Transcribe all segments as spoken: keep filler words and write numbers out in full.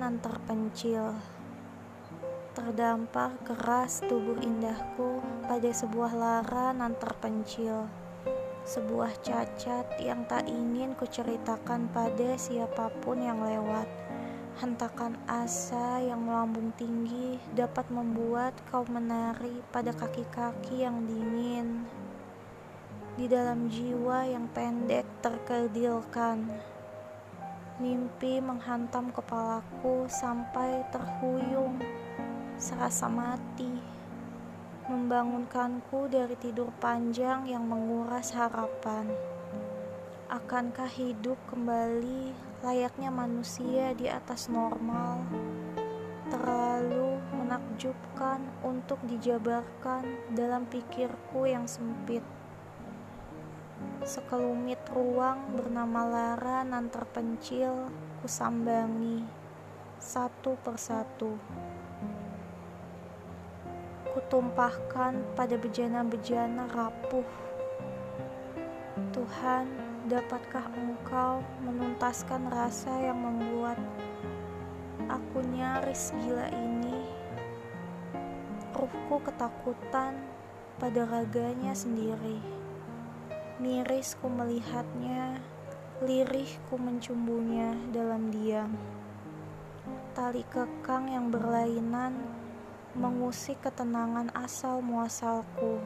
nan terpencil. Terdampar keras tubuh indahku pada sebuah lara nan terpencil. Sebuah cacat yang tak ingin kuceritakan pada siapapun yang lewat. Hentakan asa yang melambung tinggi dapat membuat kau menari pada kaki-kaki yang dingin. Di dalam jiwa yang pendek terkerdilkan, mimpi menghantam kepalaku sampai terhuyung, serasa mati, membangunkanku dari tidur panjang yang menguras harapan. Akankah hidup kembali layaknya manusia di atas normal? Terlalu menakjubkan untuk dijabarkan dalam pikirku yang sempit. Sekelumit ruang bernama lara nan terpencil kusambangi satu persatu. Kutumpahkan pada bejana-bejana rapuh. Tuhan, dapatkah Engkau menuntaskan rasa yang membuat aku nyaris gila ini? Ruhku ketakutan pada raganya sendiri. Miris ku melihatnya, lirih ku mencumbunya dalam diam. Tali kekang yang berlainan mengusik ketenangan asal muasalku.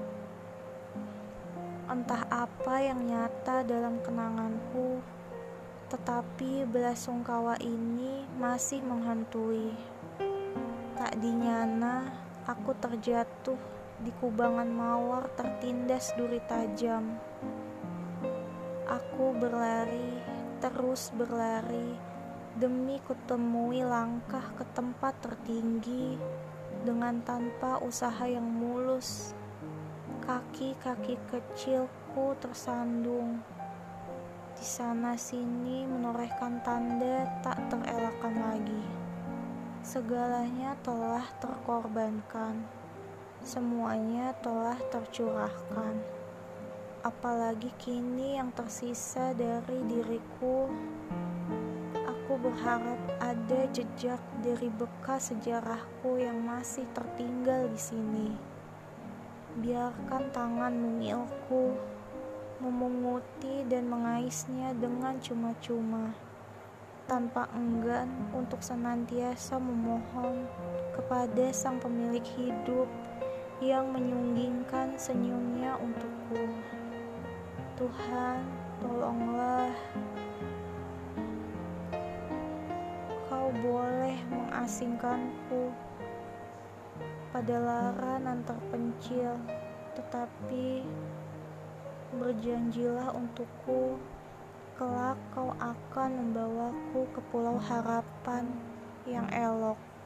Entah apa yang nyata dalam kenanganku, tetapi belasungkawa ini masih menghantui. Tak dinyana, aku terjatuh di kubangan mawar tertindas duri tajam. Aku berlari, terus berlari, demi kutemui langkah ke tempat tertinggi dengan tanpa usaha yang mulus. Kaki-kaki kecilku tersandung di sana sini menorehkan tanda tak terelakkan lagi. Segalanya telah terkorbankan, semuanya telah tercurahkan. Apalagi kini yang tersisa dari diriku. Aku berharap ada jejak dari bekas sejarahku yang masih tertinggal di sini. Biarkan tangan mungilku memunguti dan mengaisnya dengan cuma-cuma, tanpa enggan untuk senantiasa memohon kepada sang pemilik hidup yang menyunggingkan senyumnya untukku. Tuhan, tolonglah. Kau boleh mengasingkanku pada lara nan terpencil, tetapi berjanjilah untukku, kelak kau akan membawaku ke pulau harapan yang elok.